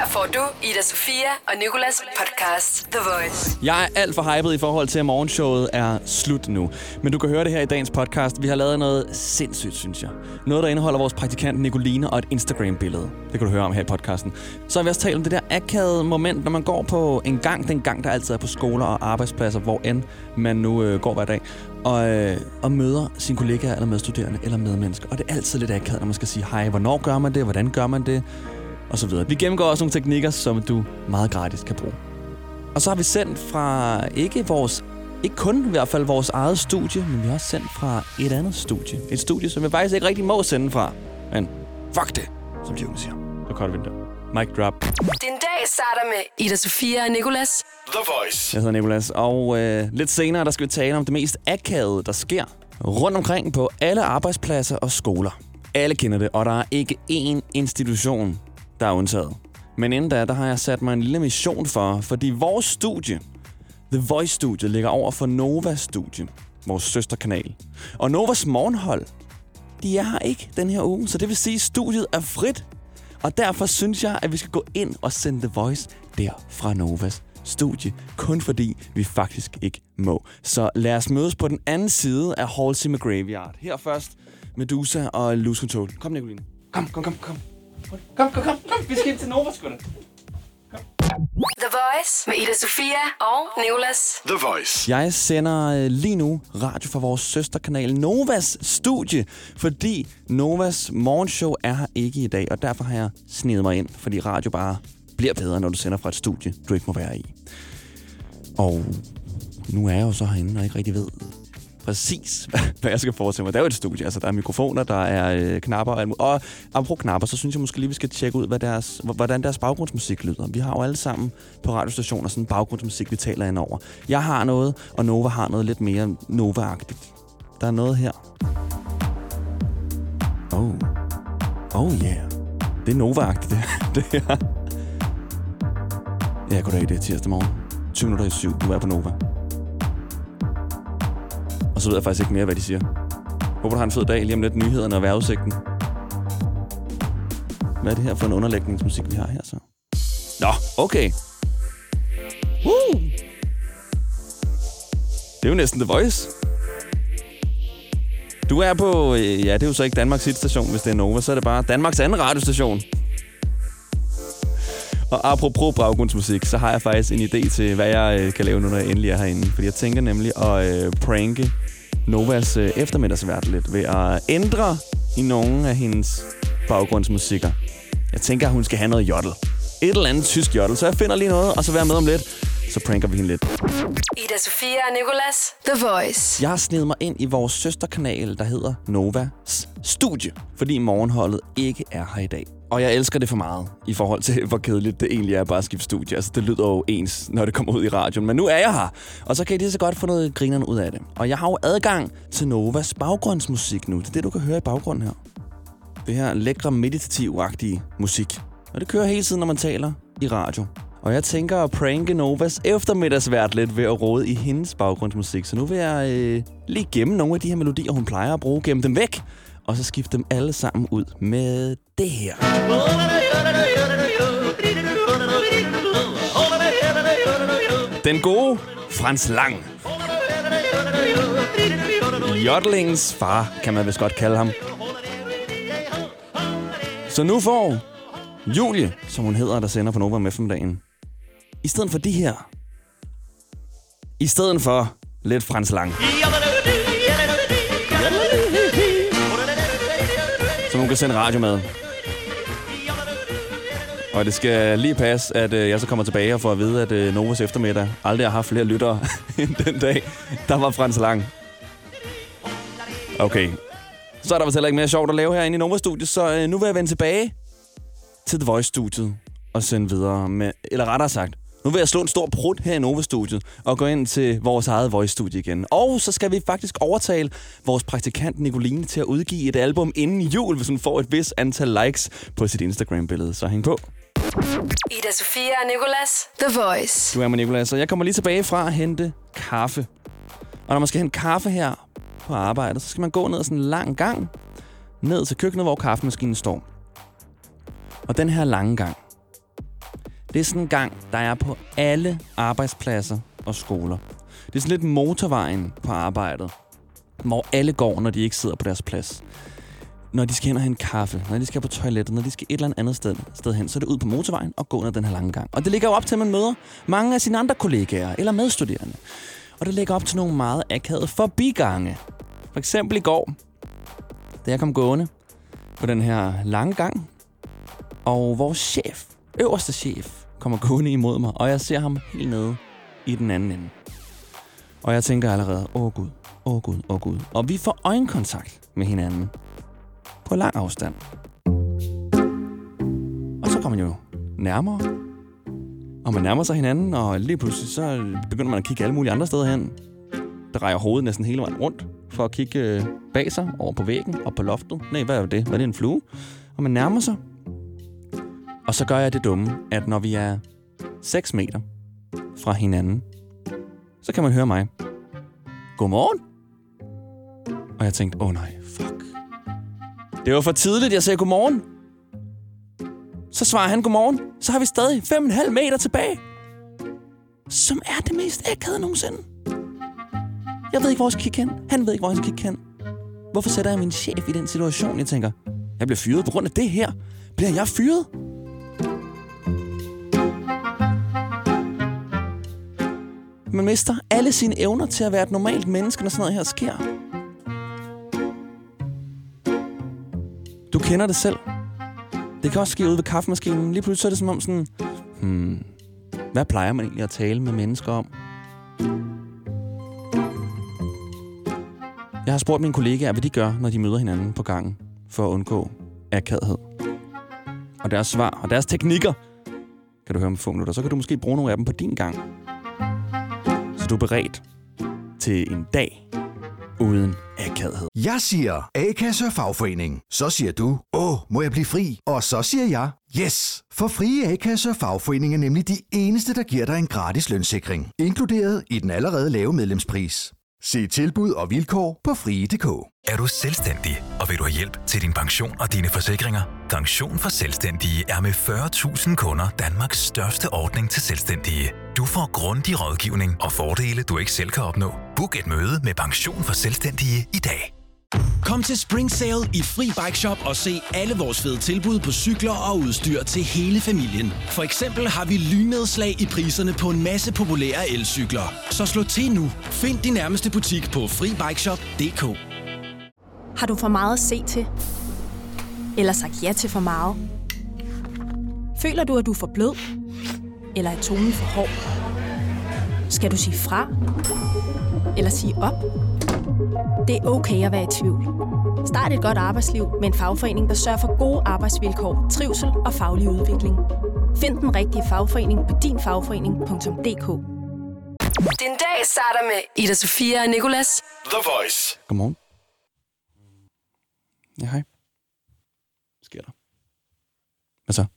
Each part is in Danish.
Her får du Ida Sofia og Nicolas podcast The Voice. Jeg er alt for hyped i forhold til, at morgenshowet er slut nu. Men du kan høre det her i dagens podcast. Vi har lavet noget sindssygt, synes jeg. Noget, der indeholder vores praktikant Nicoline og et Instagram-billede. Det kan du høre om her i podcasten. Så har vi også talt om det der akavede moment, når man går på en gang, den gang, der altid er på skoler og arbejdspladser, hvor end man nu går hver dag, og møder sine kollegaer eller medstuderende eller medmennesker. Og det er altid lidt akavet, når man skal sige hej. Hvornår gør man det? Hvordan gør man det? Og så videre. Vi gennemgår også nogle teknikker, som du meget gratis kan bruge. Og så har vi sendt fra ikke kun i hvert fald vores eget studie, men vi har også sendt fra et andet studie. Et studie, som jeg faktisk ikke rigtig må sende fra. Men fuck det, som June siger. Så cutter vi den der. Mic drop. Din dag starter med Ida Sofia og Nicolas. The Voice. Jeg hedder Nicolas, og lidt senere der skal vi tale om det mest akavede, der sker rundt omkring på alle arbejdspladser og skoler. Alle kender det, og der er ikke én institution, der er undtaget. Men inden da, der har jeg sat mig en lille mission for, fordi vores studie, The Voice-studiet, ligger over for Novas studie, vores søsterkanal. Og Novas morgenhold, de er her ikke den her uge, så det vil sige, at studiet er frit. Og derfor synes jeg, at vi skal gå ind og sende The Voice der fra Novas studie, kun fordi vi faktisk ikke må. Så lad os mødes på den anden side af Halsey McGraveyard. Her først Medusa og Lose Control. Kom, Nicoline. Kom. Kom. Vi skal ind til Nova, sgu da. The Voice med Ida Sofia og Nicolas. The Voice. Jeg sender lige nu radio fra vores søsterkanal Novas studie, fordi Novas morgenshow er her ikke i dag, og derfor har jeg snedet mig ind, fordi radio bare bliver bedre, når du sender fra et studie, du ikke må være i. Og nu er jeg jo så herinde og ikke rigtig ved præcis, hvad jeg skal forestille mig. Det er jo et studie. Altså, der er mikrofoner, der er knapper. Og apropos knapper, så synes jeg måske lige, vi skal tjekke ud, hvordan deres baggrundsmusik lyder. Vi har jo alle sammen på radiostationer sådan en baggrundsmusik, vi taler ind over. Jeg har noget, og Nova har noget lidt mere Nova-agtigt. Der er noget her. Oh yeah. Det er Nova-agtigt, det her. Ja, goddag, det er tirsdag morgen. 7:20. Du er på Nova. Og så ved jeg faktisk ikke mere, hvad de siger. Håber, du har en fed dag. Lige om lidt nyhederne og vejrudsigten. Hvad er det her for en underlægningsmusik, vi har her så? Nå, okay. Det er jo næsten The Voice. Du er på... Ja, det er jo så ikke Danmarks hitstation, hvis det er Nova. Så er det bare Danmarks anden radiostation. Og apropos baggrundsmusik, så har jeg faktisk en idé til, hvad jeg kan lave nu, når jeg endelig er herinde. Fordi jeg tænker nemlig at pranke Novas eftermiddagsvært lidt ved at ændre i nogle af hendes baggrundsmusikker. Jeg tænker, at hun skal have noget jodel. Et eller andet tysk jodel. Så jeg finder lige noget, og så være med om lidt. Så pranker vi hende lidt. Ida Sofia og Nicolas. The Voice. Jeg har snedet mig ind i vores søsterkanal, der hedder Novas Studie. Fordi morgenholdet ikke er her i dag. Og jeg elsker det for meget, i forhold til, hvor kedeligt det egentlig er bare at skifte studie. Altså, det lyder jo ens, når det kommer ud i radioen. Men nu er jeg her, og så kan I lige så godt få noget grinerne ud af det. Og jeg har jo adgang til Novas baggrundsmusik nu. Det er det, du kan høre i baggrunden her. Det her lækre, meditativ-agtige musik. Og det kører hele tiden, når man taler i radio. Og jeg tænker at pranke Novas eftermiddagsvært lidt ved at rode i hendes baggrundsmusik. Så nu vil jeg lige gemme nogle af de her melodier, hun plejer at bruge. Gemme dem væk. Og så skifte dem alle sammen ud med det her. Den gode Frans Lang. Jodlingens far, kan man vist godt kalde ham. Så nu får Julie, som hun hedder, der sender på Nova om eftermiddagen, i stedet for de her, i stedet for lidt Frans Lang, som hun kan sende radio med. Og det skal lige passe, at jeg så kommer tilbage og får at vide, at Novas eftermiddag aldrig har haft flere lyttere end den dag, der var Frans Lang. Okay. Så er der heller ikke mere sjovt at lave herinde i Nova-studiet, så nu vil jeg vende tilbage til The Voice-studiet og sende videre med... Eller rettere sagt, nu vil jeg slå en stor prut her i Nova-studiet og gå ind til vores eget Voice-studie igen. Og så skal vi faktisk overtale vores praktikant Nicoline til at udgive et album inden jul, hvis hun får et vis antal likes på sit Instagram-billede. Så hæng på. Ida Sofia og Nicolas. The Voice. Du er med Nicolas, og jeg kommer lige tilbage fra at hente kaffe. Og når man skal hente kaffe her på arbejdet, så skal man gå ned sådan en lang gang ned til køkkenet, hvor kaffemaskinen står. Og den her lange gang, Det er sådan en gang, der er på alle arbejdspladser og skoler. Det er sådan lidt motorvejen på arbejdet, hvor alle går, når de ikke sidder på deres plads. Når de skal hen og hente kaffe, når de skal på toilettet, når de skal et eller andet sted hen, så er det ud på motorvejen og gå ned den her lange gang. Og det ligger jo op til, at man møder mange af sine andre kollegaer eller medstuderende. Og det ligger op til nogle meget akavede forbigange. For eksempel i går, da jeg kom gående på den her lange gang, og vores chef, øverste chef, kommer gående imod mig, og jeg ser ham helt nede i den anden ende. Og jeg tænker allerede, åh Gud. Og vi får øjenkontakt med hinanden på lang afstand. Og så kommer man jo nærmere. Og man nærmer sig hinanden, og lige pludselig så begynder man at kigge alle mulige andre steder hen. Drejer hovedet næsten hele vejen rundt for at kigge bag sig, over på væggen og på loftet. Nej, hvad er det? Hvad er det, en flue? Og man nærmer sig. Og så gør jeg det dumme, at når vi er 6 meter fra hinanden, så kan man høre mig. Godmorgen. Og jeg tænkte, nej, fuck. Det var for tidligt, jeg sagde godmorgen. Så svarer han godmorgen. Så har vi stadig 5,5 meter tilbage. Som er det mest akavede nogensinde. Jeg ved ikke, hvor jeg skal kigge hen. Han ved ikke, hvor jeg skal kigge hen. Hvorfor sætter jeg min chef i den situation? Jeg tænker, jeg bliver fyret på grund af det her. Bliver jeg fyret? Man mister alle sine evner til at være et normalt menneske, når sådan noget her sker. Du kender det selv. Det kan også ske ude ved kaffemaskinen. Lige pludselig så er det som om sådan, hvad plejer man egentlig at tale med mennesker om? Jeg har spurgt mine kollegaer, hvad de gør, når de møder hinanden på gangen, for at undgå akavighed. Og deres svar og deres teknikker kan du høre om få minutter. Så kan du måske bruge nogle af dem på din gang. Så du er beredt til en dag uden akavighed. Jeg siger A-kasse og fagforening. Så siger du, må jeg blive fri? Og så siger jeg, yes! For frie A-kasse og fagforening er nemlig de eneste, der giver dig en gratis lønssikring. Inkluderet i den allerede lave medlemspris. Se tilbud og vilkår på frie.dk. Er du selvstændig, og vil du have hjælp til din pension og dine forsikringer? Pension for Selvstændige er med 40.000 kunder Danmarks største ordning til selvstændige. Du får grundig rådgivning og fordele, du ikke selv kan opnå. Book et møde med Pension for Selvstændige i dag. Kom til Spring Sale i Fri Bike Shop og se alle vores fede tilbud på cykler og udstyr til hele familien. For eksempel har vi lynnedslag i priserne på en masse populære elcykler. Så slå til nu. Find din nærmeste butik på FriBikeShop.dk. Har du for meget at se til? Eller sagt ja til for meget? Føler du, at du er for blød? Eller er tonen for hård? Skal du sige fra? Eller sige op? Det er okay at være i tvivl. Start et godt arbejdsliv med en fagforening, der sørger for gode arbejdsvilkår, trivsel og faglig udvikling. Find den rigtige fagforening på dinfagforening.dk. Den dag starter med Ida Sofia og Nicolas. The Voice. Godmorgen. Ja, hej. Hvad sker der? Hvad så?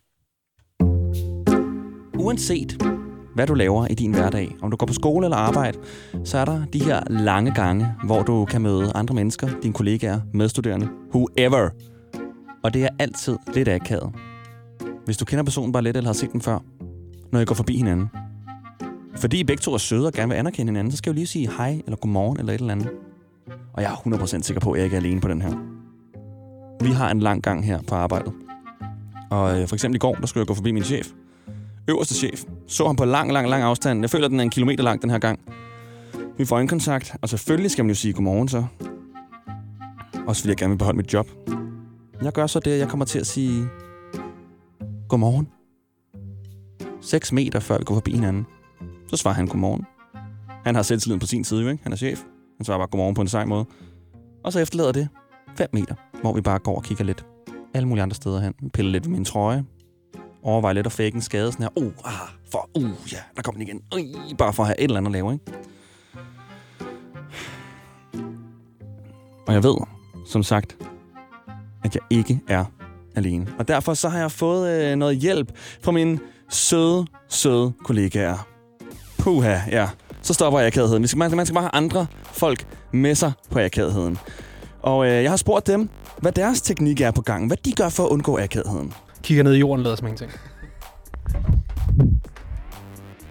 Uanset hvad du laver i din hverdag, om du går på skole eller arbejde, så er der de her lange gange, hvor du kan møde andre mennesker, dine kollegaer, medstuderende, whoever. Og det er altid lidt akavet. Hvis du kender personen bare lidt eller har set den før, når I går forbi hinanden. Fordi I begge to er søde og gerne vil anerkende hinanden, så skal jeg jo lige sige hej eller godmorgen eller et eller andet. Og jeg er 100% sikker på, at jeg ikke er alene på den her. Vi har en lang gang her på arbejdet. Og for eksempel i går, der skulle jeg gå forbi min chef. Øverste chef. Så ham på lang afstand. Jeg føler, at den er 1 kilometer lang den her gang. Vi får øjenkontakt, og selvfølgelig skal man jo sige godmorgen så. Også fordi jeg gerne vil beholde mit job. Jeg gør så det, at jeg kommer til at sige godmorgen. 6 meter før vi går forbi hinanden. Så svarer han godmorgen. Han har selvtilliden på sin side, ikke? Han er chef. Han svarer bare godmorgen på en sej måde. Og så efterlader det 5 meter, hvor vi bare går og kigger lidt alle mulige andre steder hen. Vi piller lidt ved min trøje. Overvejer lidt at fake en skade. Sådan her, ja, der kommer den igen. Bare for at have et eller andet at lave, ikke? Og jeg ved, som sagt, at jeg ikke er alene. Og derfor så har jeg fået noget hjælp fra mine søde kollegaer. Puha, ja. Så stopper akavigheden. Man skal bare have andre folk med sig på akavigheden. Og jeg har spurgt dem, hvad deres teknik er på gangen. Hvad de gør for at undgå akavigheden. Kigger ned i jorden, lader som ingenting.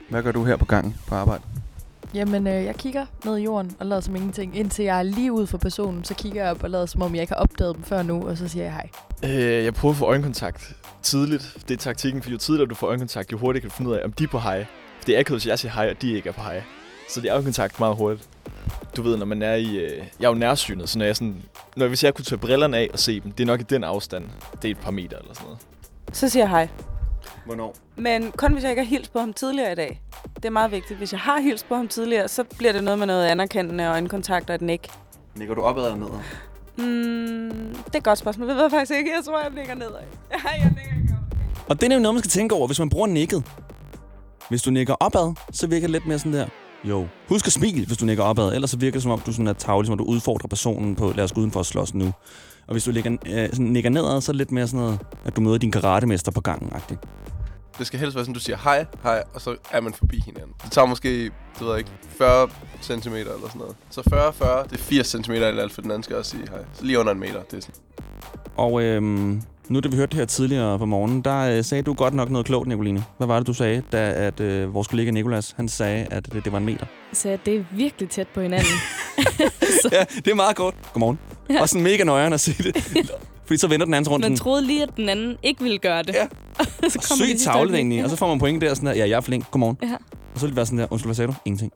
Hvad gør du her på gangen på arbejde? Jamen, jeg kigger ned i jorden og lader som ingenting. Indtil jeg er lige ud for personen, så kigger jeg op og lader som om jeg ikke har opdaget dem før nu, og så siger jeg hej. Jeg prøver at få øjenkontakt tidligt. Det er taktikken, for jo tidligere du får øjenkontakt, jo hurtigere kan du finde ud af, om de er på hej. For det er akavet, hvis jeg siger hej, og de ikke er på hej. Så det er øjenkontakt meget hurtigt. Du ved, når man er i... Jeg er jo nærsynet, så hvis jeg kunne tage brillerne af og se dem, det er nok i den afstand. Det er et par meter eller sådan noget. Så siger jeg hej. Hvornår? Men kun hvis jeg ikke har hilst på ham tidligere i dag. Det er meget vigtigt. Hvis jeg har hilst på ham tidligere, så bliver det noget med noget anerkendende og øjenkontakt og et nik. Nikker du opad eller nedad? Det er et godt spørgsmål. Det ved jeg faktisk ikke. Jeg tror, jeg nikker nedad. Ja, jeg nikker ikke opad. Og det er nemlig noget, man skal tænke over, hvis man bruger nikket. Hvis du nikker opad, så virker det lidt mere sådan der. Jo. Husk at smile, hvis du nikker opad. Ellers så virker det, som om du sådan er tavlig, som om du udfordrer personen på, lad os gå udenfor at slås nu. Og hvis du nikker nedad, så er det lidt mere sådan noget, at du møder din karatemester på gangen-agtigt. Det skal helst være sådan, du siger hej, hej, og så er man forbi hinanden. Det tager måske, det ved jeg ikke, 40 cm eller sådan noget. Så 40, det er 80 cm eller alt, for den anden skal også sige hej. Så lige under 1 meter, det er sådan. Og nu da vi hørte det her tidligere på morgenen, der sagde du godt nok noget klogt, Nicoline. Hvad var det, du sagde, da vores kollega Nicolas, han sagde, at det var 1 meter? Jeg sagde, at det er virkelig tæt på hinanden. Ja, det er meget godt. Godmorgen. Ja. Og sådan mega nøjeren at sige det. Fordi så vender den anden rundt. Man troede lige, at den anden ikke ville gøre det. Ja. Sygt tavlet egentlig. Og så får man point der sådan der, ja, jeg er flink. Godmorgen. Ja. Og så vil det være sådan der, undskyld, hvad sagde du? Ingenting.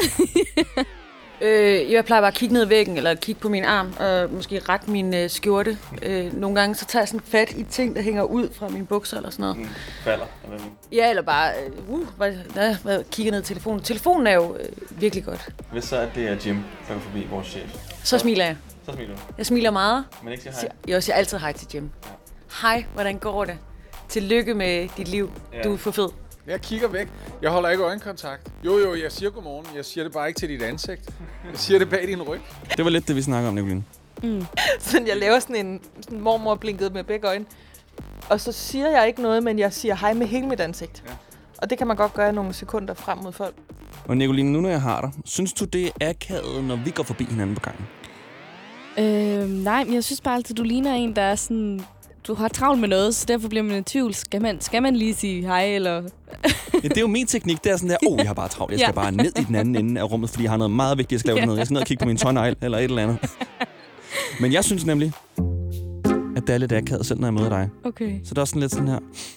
Jeg plejer bare at kigge ned i væggen, eller kigge på min arm, og måske rette min skjorte. Nogle gange så tager jeg sådan fat i ting, der hænger ud fra mine bukser eller sådan noget. Falder. Ja, eller bare kigger ned i telefonen. Telefonen er jo virkelig godt. Hvis så det er Jim, der går forbi vores chef. Så smiler jeg. Så smiler du? Jeg smiler meget. Men ikke siger hej? Jeg siger altid hej til Jim. Ja. Hej, hvordan går det? Tillykke med dit liv. Ja. Du er for fed. Jeg kigger væk. Jeg holder ikke øjenkontakt. Jo, jeg siger godmorgen. Jeg siger det bare ikke til dit ansigt. Jeg siger det bag din ryg. Det var lidt det, vi snakker om, Nicoline. Sådan, jeg laver sådan en mormor blinket med begge øjne. Og så siger jeg ikke noget, men jeg siger hej med hele mit ansigt. Ja. Og det kan man godt gøre nogle sekunder frem mod folk. Og Nicoline, nu når jeg har dig, synes du, det er akavet, når vi går forbi hinanden på gangen? Nej, men jeg synes bare altid, du ligner en, der er sådan... Du har travlt med noget, så derfor bliver man i tvivl. Skal man lige sige hej, eller... Ja, det er jo min teknik. Det er sådan der, jeg har bare travlt. Jeg skal bare ned i den anden ende af rummet, fordi jeg har noget meget vigtigt, jeg skal lave noget. Jeg skal ned og kigge på min tårnegl, eller et eller andet. Men jeg synes nemlig, at det er lidt akavet, selv når jeg møder dig. Okay. Så det er også sådan lidt sådan her...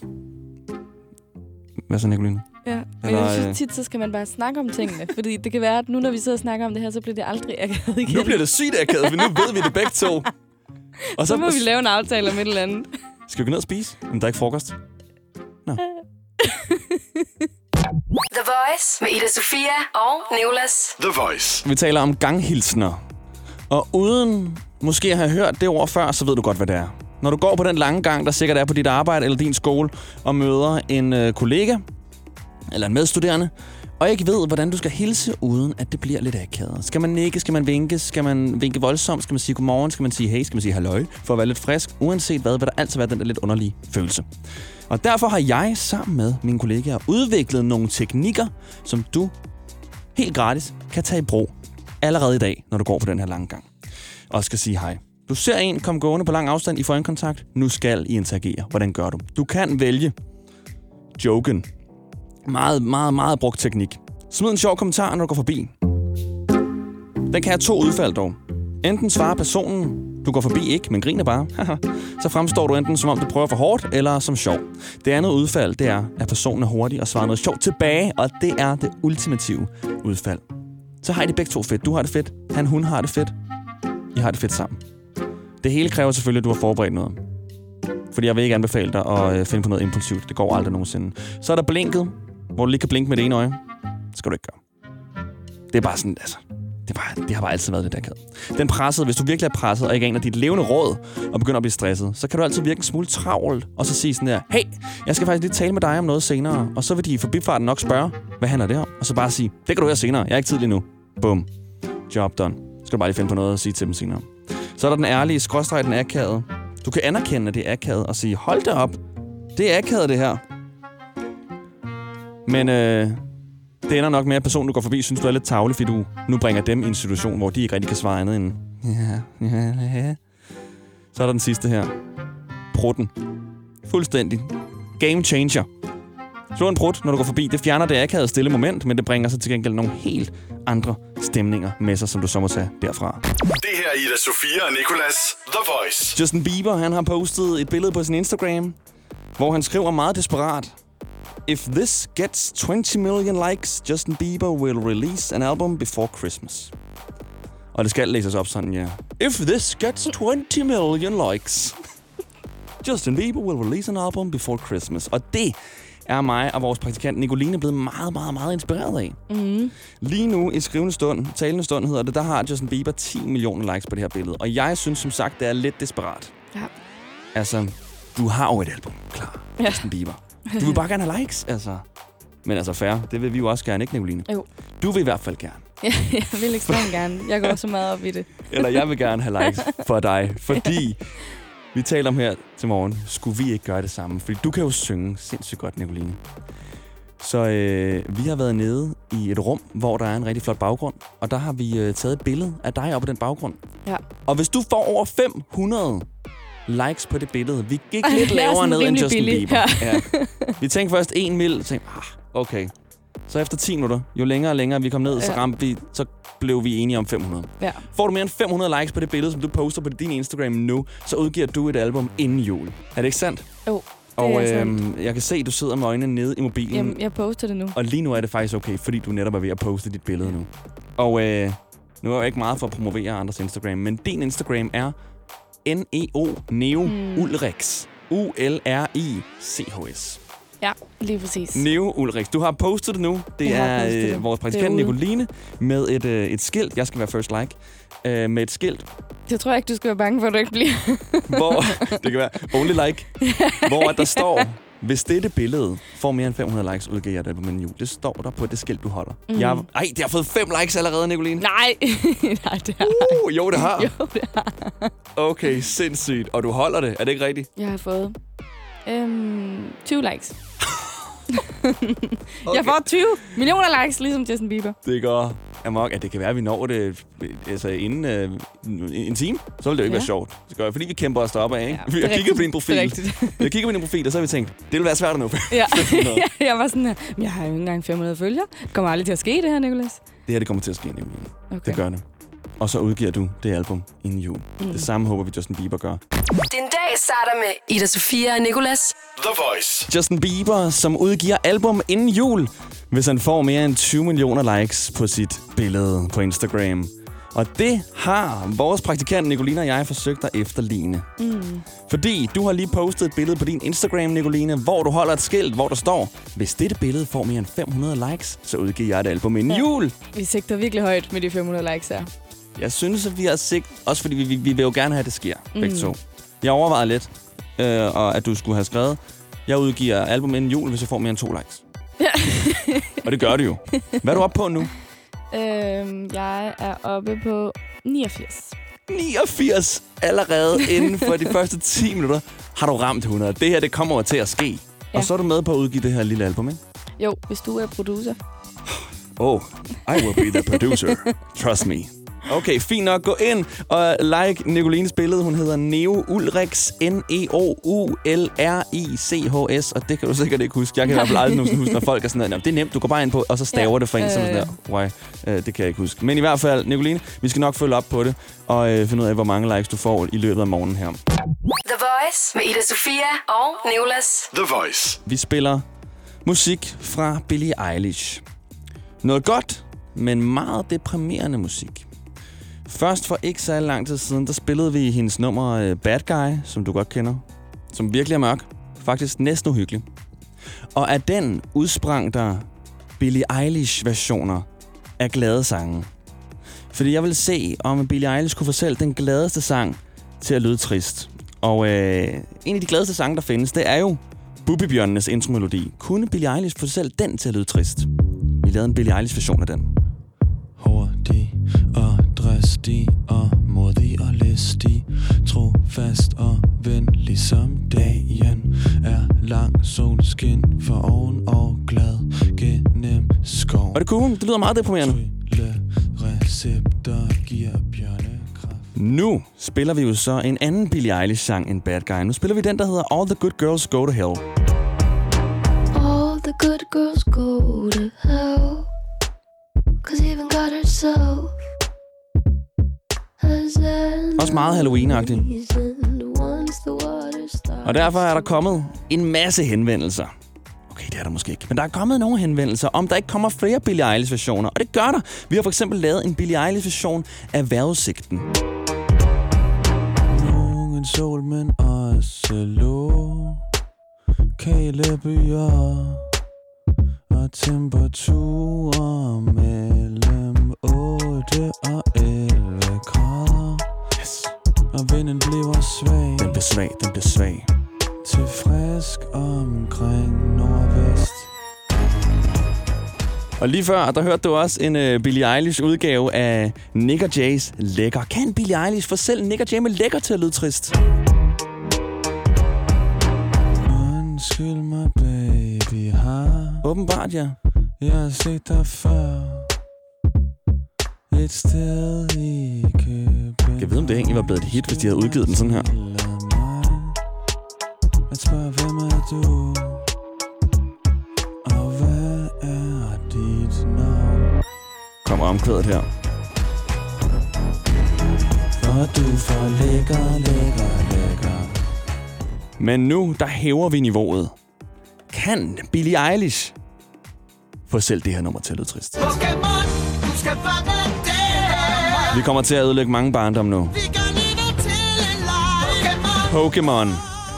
Hvad så, Nicoline? Ja, men jeg synes tit, så skal man bare snakke om tingene. Fordi det kan være, at nu når vi sidder og snakker om det her, så bliver det aldrig akavet igen. Nu bliver det sygt akavet, for nu ved vi det begge to. Og så må vi lave en aftale om et eller andet. Skal vi gå ned og spise? Men der er ikke frokost. Nå. The Voice med Ida Sofia og Nicolas. The Voice. Vi taler om ganghilsner. Og uden måske at have hørt det ord før, så ved du godt, hvad det er. Når du går på den lange gang, der sikkert er på dit arbejde eller din skole, og møder en kollega eller en medstuderende, og ikke ved, hvordan du skal hilse, uden at det bliver lidt akavet. Skal man nikke? Skal man vinke? Skal man vinke voldsomt? Skal man sige godmorgen? Skal man sige hey? Skal man sige halløj? For at være lidt frisk. Uanset hvad, vil der altid være den der lidt underlige følelse. Og derfor har jeg sammen med mine kollegaer udviklet nogle teknikker, som du helt gratis kan tage i brug allerede i dag, når du går på den her lange gang. Og skal sige hej. Du ser en komme gående på lang afstand i øjenkontakt. Nu skal I interagere. Hvordan gør du? Du kan vælge joken. Meget, meget, meget brugt teknik. Smid en sjov kommentar, når du går forbi. Den kan have 2 udfald dog. Enten svarer personen, du går forbi ikke, men griner bare. Så fremstår du enten som om du prøver for hårdt, eller som sjov. Det andet udfald, det er, at personen er hurtig og svarer noget sjovt tilbage, og det er det ultimative udfald. Så har I det begge to fedt. Du har det fedt. Hun har det fedt. I har det fedt sammen. Det hele kræver selvfølgelig, at du har forberedt noget. Fordi jeg vil ikke anbefale dig at finde på noget impulsivt. Det går aldrig nogensinde. Så er der blinket, hvor du lige kan blinke med det ene øje. Det skal du ikke gøre. Det er bare sådan, altså... Det har bare altid været lidt akavet. Den pressede, hvis du virkelig er presset, og ikke aner dit levende råd, og begynder at blive stresset, så kan du altid virke en smule travlt, og så sige sådan der, hey, jeg skal faktisk lige tale med dig om noget senere, og så vil de i forbifarten nok spørge, hvad handler det om? Og så bare sige, det kan du høre senere, jeg er ikke tid lige nu. Boom. Job done. Så skal du bare lige finde på noget at sige til dem senere. Så er der den ærlige, skråstreg den akavet. Du kan anerkende, at det er akavet, og sige, hold da op, det er akavet det her. Men det ender nok med, at personen, du går forbi, synes, du er lidt tarvelig, fordi du nu bringer dem i en situation, hvor de ikke rigtig kan svare andet end... Ja. Så er der den sidste her. Prutten. Fuldstændig. Game changer. Slå en prut, når du går forbi. Det fjerner det akavede stille moment, men det bringer så til gengæld nogle helt andre stemninger med sig, som du så må tage derfra. Det her er Ida Sofia og Nicolas, The Voice. Justin Bieber, han har postet et billede på sin Instagram, hvor han skriver meget desperat: If this gets 20 million likes, Justin Bieber will release an album before Christmas. Og det skal læses op sådan, ja. If this gets 20 million likes, Justin Bieber will release an album before Christmas. Og det er mig og vores praktikant Nicoline blevet meget, meget, meget inspireret af. Mm. Lige nu i talende stund hedder det, der har Justin Bieber 10 millioner likes på det her billede. Og jeg synes som sagt, det er lidt desperat. Ja. Altså, du har jo et album klar, Justin Bieber. Du vil bare gerne have likes, altså. Men altså fair, det vil vi jo også gerne, ikke Nicoline? Jo. Du vil i hvert fald gerne. Ja, jeg vil ekstremt gerne. Jeg går så meget op i det. Eller jeg vil gerne have likes for dig, fordi vi taler om her til morgen, skulle vi ikke gøre det samme? Fordi du kan jo synge sindssygt godt, Nicoline. Så vi har været nede i et rum, hvor der er en rigtig flot baggrund, og der har vi taget et billede af dig op på den baggrund. Ja. Og hvis du får over 500 likes på det billede, vi gik lidt lavere ned end Justin Bieber. Ja. Vi tænkte først 1 mil, og tænkte, okay. Så efter 10 minutter, jo længere og længere vi kom ned, så blev vi enige om 500. Ja. Får du mere end 500 likes på det billede, som du poster på din Instagram nu, så udgiver du et album inden jul. Er det ikke sandt? Jo, og jeg kan se, at du sidder med øjnene nede i mobilen. Jamen, jeg poster det nu. Og lige nu er det faktisk okay, fordi du netop er ved at poste dit billede nu. Og nu er jeg ikke meget for at promovere andres Instagram, men din Instagram er Neo Ulrichs. ULRICHS. Ja, lige præcis. Neo Ulrichs. Du har postet det nu. Det er vores praktikant Nicoline med et skilt. Jeg skal være first like. Med et skilt. Det tror jeg ikke, du skal være bange for, at du ikke bliver. Hvor, det kan være only like. Hvor der står, hvis dette billede får mere end 500 likes, udgiver jeg det på min jul. Det står der på det skilt, du holder. Det har fået 5 likes allerede, Nicoline. Nej, nej, det har jo, det har. Jo, det har. Okay, sindssygt. Og du holder det. Er det ikke rigtigt? Jeg har fået 20 likes. Okay. Jeg får 20 millioner likes, ligesom Justin Bieber. Det går amok. Ja, det kan være, at vi når det inden en time. Så vil det jo ikke være sjovt. Det gør, fordi vi kæmper os deroppe af, ikke? Vi har kigget på din profil. Vi har kigget på din profil, og så har vi tænkt, det vil være svært at nå. Ja. Jeg var sådan her, jeg har jo ikke engang 500 følgere. Det kommer aldrig til at ske, det her, Nicolas. Det her, det kommer til at ske, Nicoline. Okay. Det gør det. Og så udgiver du det album inden jul. Det samme håber vi, Justin Bieber gør. Den dag starter med Ida Sofia og Nicolas. The Voice. Justin Bieber, som udgiver album inden jul, hvis han får mere end 20 millioner likes på sit billede på Instagram. Og det har vores praktikant Nicoline og jeg forsøgt at efterligne. Fordi du har lige postet et billede på din Instagram, Nicoline, hvor du holder et skilt, hvor der står: hvis dette billede får mere end 500 likes, så udgiver jeg et album inden jul. Vi sigter virkelig højt med de 500 likes her. Jeg synes, at vi har sigt, også fordi vi vil jo gerne have, at det sker, begge to. Jeg overvejede lidt, og at du skulle have skrevet, jeg udgiver album inden jul, hvis jeg får mere end 2 likes. Og det gør du jo. Hvad er du oppe på nu? Jeg er oppe på 89. 89 allerede inden for de første 10 minutter har du ramt 100. Det her, det kommer til at ske. Ja. Og så er du med på at udgive det her lille album, ikke? Jo, hvis du er producer. I will be the producer. Trust me. Okay, fint nok. Gå ind og like Nicolines billede. Hun hedder Neo Ulrichs. Neoulrichs. Og det kan du sikkert ikke huske. Jeg kan i hvert fald aldrig huske, når folk er sådan der. Det er nemt. Du går bare ind på, og så staver det for en sådan der. Why? Det kan jeg ikke huske. Men i hvert fald, Nicoline, vi skal nok følge op på det. Og finde ud af, hvor mange likes du får i løbet af morgenen her. The Voice med Ida Sofia og Nicolas. The Voice. Vi spiller musik fra Billie Eilish. Noget godt, men meget deprimerende musik. Først for ikke så lang tid siden, der spillede vi hendes nummer Bad Guy, som du godt kender. Som virkelig er mørk. Faktisk næsten uhyggelig. Og af den udsprang der Billie Eilish-versioner af glade sange. Fordi jeg vil se, om Billie Eilish kunne få selv den gladeste sang til at lyde trist. Og en af de gladeste sange, der findes, det er jo Bubbibjørnenes intromelodi. Kunne Billie Eilish få selv den til at lyde trist? Vi lavede en Billie Eilish-version af den. Hurtig og dristig og modig og listig, trofast og venlig som dagen, er lang solskin for oven og glad gennem skov. Og det cool? Det lyder meget deprimerende. Recepter giver bjørnekraft. Nu spiller vi jo så en anden Billie Eilish-sang end Bad Guy. Nu spiller vi den, der hedder All the Good Girls Go to Hell. All the good girls go to hell. 'Cause even God herself has Også meget Halloween-agtigt. Og derfor er der kommet en masse henvendelser. Okay, det er der måske ikke. Men der er kommet nogle henvendelser, om der ikke kommer flere Billie Eilish-versioner. Og det gør der. Vi har for eksempel lavet en Billie Eilish-version af Vejrudsigten. Nogen sol, men også lå. Kælebyer og temperaturer mellem 8 og 11 grader. Yes. Og vinden bliver svag. Den bliver svag. Til frisk omkring nordvest. Og lige før, der hørte du også en Billie Eilish udgave af Nick og Jays Lækker. Kan Billie Eilish få selv Nick og Jay med Lækker til at lyde trist? Undskyld mig, baby, har åbenbart, ja. Jeg har set dig før. Et sted i København. Jeg ved, om det egentlig var blevet et hit, hvis de havde udgivet den sådan her. Jeg spørger, hvem er du? Og hvad er dit navn? Kommer omkvædet her. For du får lækker. Men nu, der hæver vi niveauet. Kan Billie Eilish få selv det her nummer til at lyde trist? Vi kommer til at ødelægge mange barndom nu. Pokémon.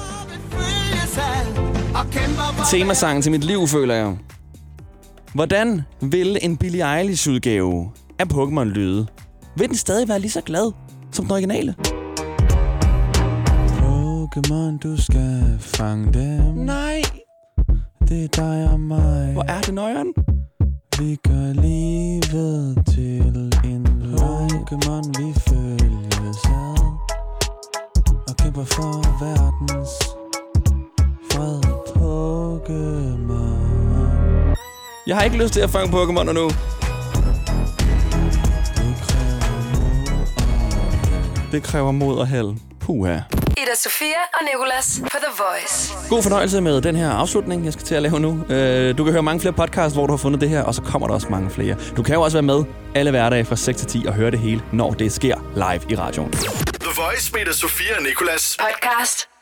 Temasangen til mit liv, føler jeg. Hvordan vil en Billie Eilish-udgave af Pokémon lyde? Vil den stadig være lige så glad som den originale? Pokémon, du skal fange dem. Nej. Det er dig og mig. Hvor er det nøjeren? Vi gør livet til en Pokémon, vi følges ad. Og kæmper for verdens fred. Pokémon. Jeg har ikke lyst til at fange Pokémon nu. Det kræver mod og held. Puha. Ida Sofia og Nicolas på The Voice. God fornøjelse med den her afslutning, jeg skal til at lave nu. Du kan høre mange flere podcasts, hvor du har fundet det her, og så kommer der også mange flere. Du kan jo også være med alle hverdage fra 6 til 10 og høre det hele, når det sker live i radioen. The Voice med Ida Sofia og Nicolas. Podcast.